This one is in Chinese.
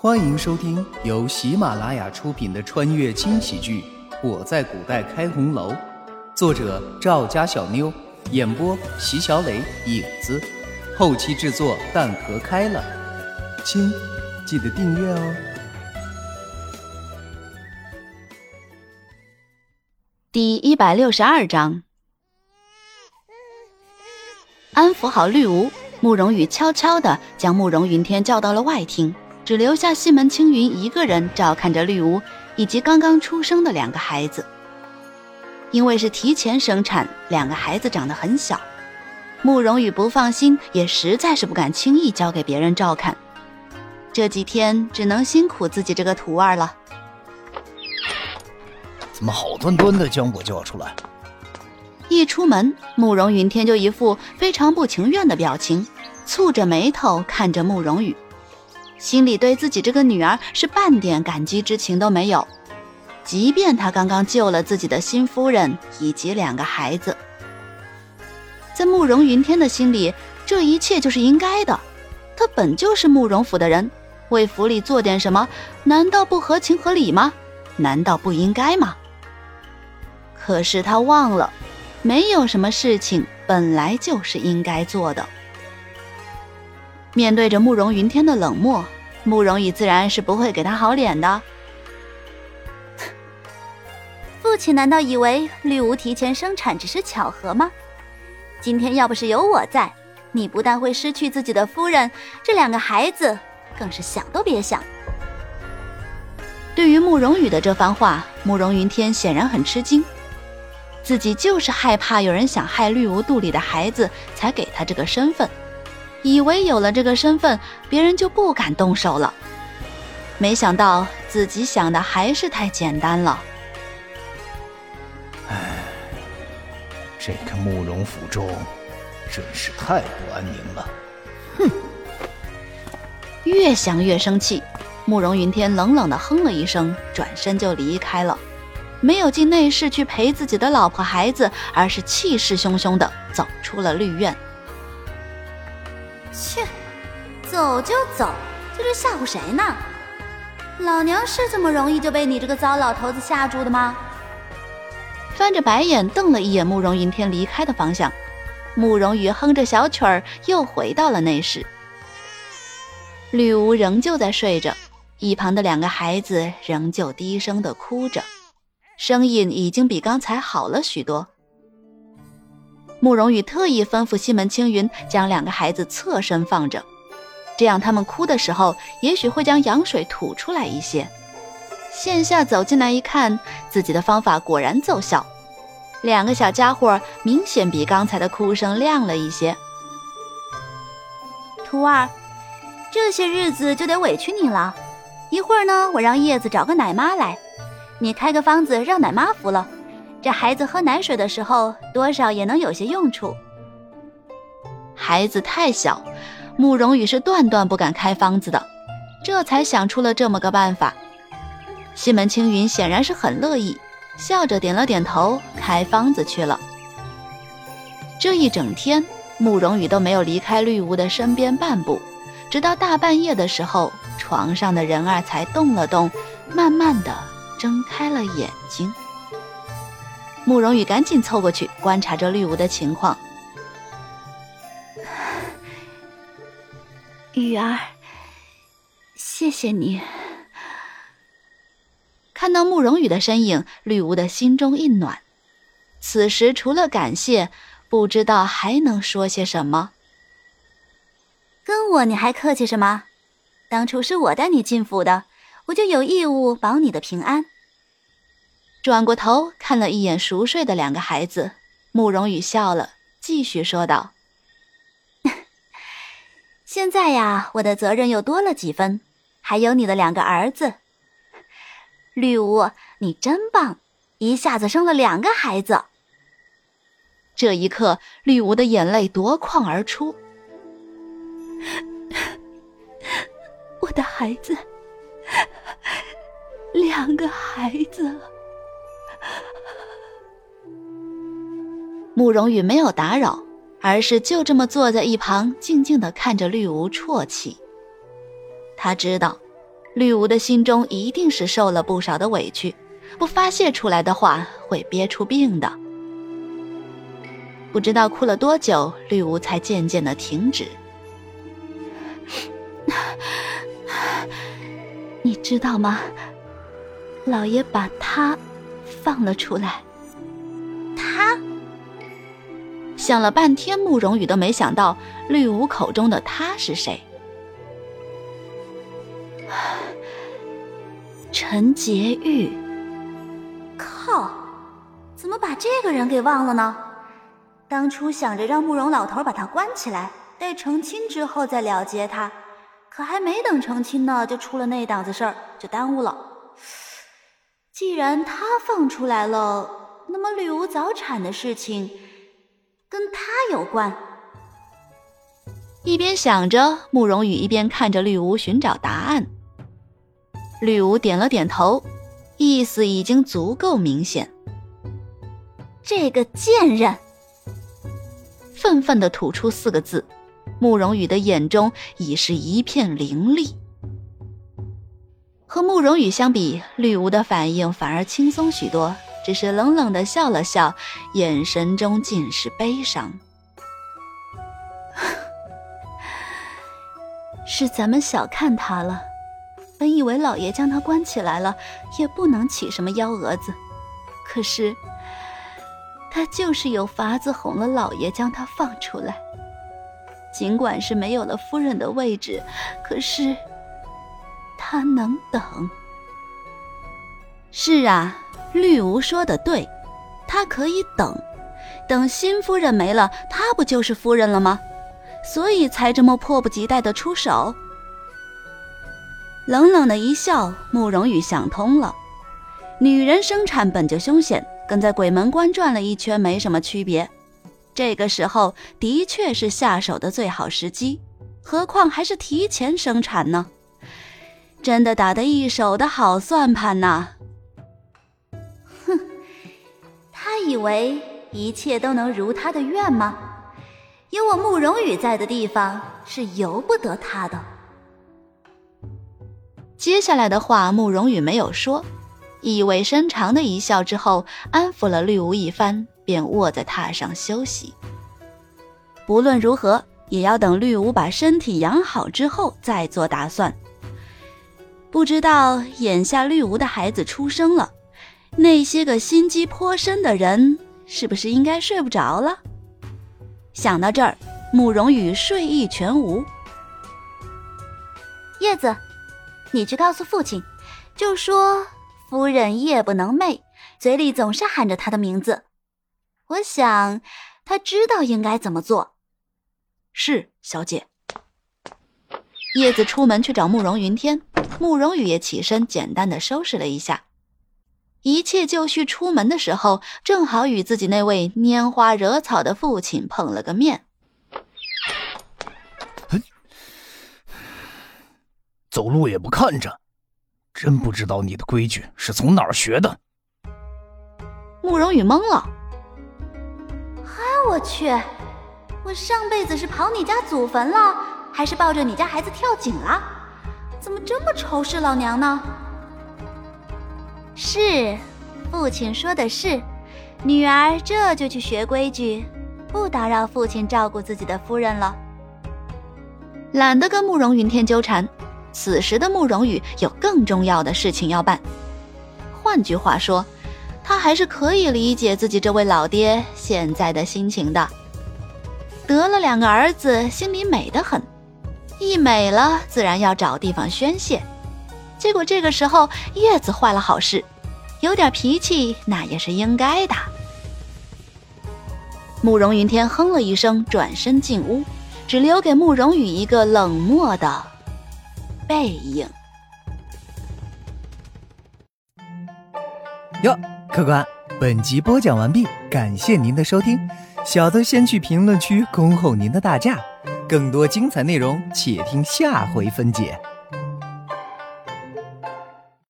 欢迎收听由喜马拉雅出品的穿越轻喜剧《我在古代开红楼》，作者赵家小妞，演播席小磊、影子，后期制作蛋壳开了。亲，记得订阅哦。 第162章。安抚好绿芜，慕容羽悄悄地将慕容云天叫到了外厅，只留下西门青云一个人照看着绿芜以及刚刚出生的2个孩子。因为是提前生产，2个孩子长得很小，慕容羽不放心，也实在是不敢轻易交给别人照看。这几天只能辛苦自己这个徒儿了。 怎么好端端的将我叫出来？ 一出门，慕容云天就一副非常不情愿的表情，蹙着眉头看着慕容羽，心里对自己这个女儿是半点感激之情都没有，即便他刚刚救了自己的新夫人以及2个孩子。在慕容云天的心里，这一切就是应该的，他本就是慕容府的人，为府里做点什么，难道不合情合理吗？难道不应该吗？可是他忘了，没有什么事情本来就是应该做的。面对着慕容云天的冷漠，慕容羽自然是不会给他好脸的。 父亲难道以为绿芜提前生产只是巧合吗？今天要不是有我在，你不但会失去自己的夫人，这2个孩子更是想都别想。 对于慕容羽的这番话，慕容云天显然很吃惊，自己就是害怕有人想害绿芜肚里的孩子，才给他这个身份，以为有了这个身份，别人就不敢动手了。没想到自己想的还是太简单了。 这个慕容府中真是太不安宁了。哼！ 越想越生气，慕容云天冷冷地哼了一声，转身就离开了，没有进内室去陪自己的老婆孩子，而是气势汹汹地走出了绿院。 切，走就走，这是吓唬谁呢？老娘是这么容易就被你这个糟老头子吓住的吗？ 翻着白眼瞪了一眼慕容云天离开的方向，慕容羽哼着小曲儿又回到了内室。绿芜仍旧在睡着，一旁的2个孩子仍旧低声地哭着，声音已经比刚才好了许多。慕容羽特意吩咐西门青云将2个孩子侧身放着，这样他们哭的时候也许会将羊水吐出来一些。现下走进来一看，自己的方法果然奏效，2个小家伙明显比刚才的哭声亮了一些。 徒儿，这些日子就得委屈你了，一会儿呢，我让叶子找个奶妈来，你开个方子让奶妈服了，这孩子喝奶水的时候多少也能有些用处。 孩子太小，慕容羽是断断不敢开方子的，这才想出了这么个办法。西门青云显然是很乐意，笑着点了点头，开方子去了。这一整天，慕容羽都没有离开绿芜的身边半步，直到大半夜的时候，床上的人儿才动了动，慢慢地睁开了眼睛。慕容羽赶紧凑过去观察着绿芜的情况。 羽儿，谢谢你。 看到慕容羽的身影，绿芜的心中一暖，此时除了感谢，不知道还能说些什么。 跟我你还客气什么？当初是我带你进府的，我就有义务保你的平安。 转过头看了一眼熟睡的2个孩子，慕容羽笑了，继续说道： 现在呀，我的责任又多了几分，还有你的2个儿子。绿芜，你真棒，一下子生了2个孩子。 这一刻，绿芜的眼泪夺眶而出。 我的孩子，2个孩子。 慕容羽没有打扰，而是就这么坐在一旁，静静地看着绿芜啜泣。他知道绿芜的心中一定是受了不少的委屈，不发泄出来的话会憋出病的。不知道哭了多久，绿芜才渐渐地停止。你知道吗？老爷把他放了出来。 他？ 想了半天，慕容羽都没想到绿芜口中的他是谁。陈洁玉。 靠，怎么把这个人给忘了呢？当初想着让慕容老头把他关起来，待成亲之后再了结他，可还没等成亲呢，就出了那档子事儿，就耽误了。既然他放出来了，那么绿芜早产的事情跟他有关。 一边想着，慕容羽一边看着绿芜寻找答案。绿芜点了点头，意思已经足够明显。 这个贱人！ 愤愤地吐出4个字，慕容羽的眼中已是一片凌厉。和慕容羽相比，绿芜的反应反而轻松许多，只是冷冷地笑了笑，眼神中尽是悲伤。 是咱们小看他了，本以为老爷将他关起来了，也不能起什么幺蛾子，可是他就是有法子哄了老爷将他放出来。尽管是没有了夫人的位置，可是他能等。 是啊，绿芜说的对，他可以等，等新夫人没了，他不就是夫人了吗？所以才这么迫不及待地出手。冷冷的一笑，慕容羽想通了，女人生产本就凶险，跟在鬼门关转了一圈没什么区别。这个时候的确是下手的最好时机，何况还是提前生产呢？真的打得一手的好算盘呐！ 哼，他以为一切都能如他的愿吗？有我慕容羽在的地方是由不得他的。 接下来的话慕容羽没有说，意味深长的一笑之后，安抚了绿芜一番，便卧在榻上休息。不论如何，也要等绿芜把身体养好之后再做打算。不知道眼下绿芜的孩子出生了，那些个心机颇深的人是不是应该睡不着了？想到这儿，慕容羽睡意全无。 叶子，你去告诉父亲，就说夫人夜不能寐，嘴里总是喊着他的名字。我想他知道应该怎么做。 是，小姐。叶子出门去找慕容云天，慕容羽也起身简单的收拾了一下。一切就绪出门的时候，正好与自己那位拈花惹草的父亲碰了个面。 走路也不看着，真不知道你的规矩是从哪儿学的。 慕容羽懵了。 我去，我上辈子是跑你家祖坟了，还是抱着你家孩子跳井了？怎么这么仇视老娘呢？是，父亲说的是，女儿这就去学规矩，不打扰父亲照顾自己的夫人了。 懒得跟慕容云天纠缠，此时的慕容羽有更重要的事情要办。换句话说，他还是可以理解自己这位老爹现在的心情的。得了2个儿子，心里美得很，一美了自然要找地方宣泄。结果这个时候叶子坏了好事，有点脾气那也是应该的。慕容云天哼了一声，转身进屋，只留给慕容羽一个冷漠的背影。 哟，客官，本集播讲完毕，感谢您的收听。小的先去评论区恭候您的大驾，更多精彩内容且听下回分解。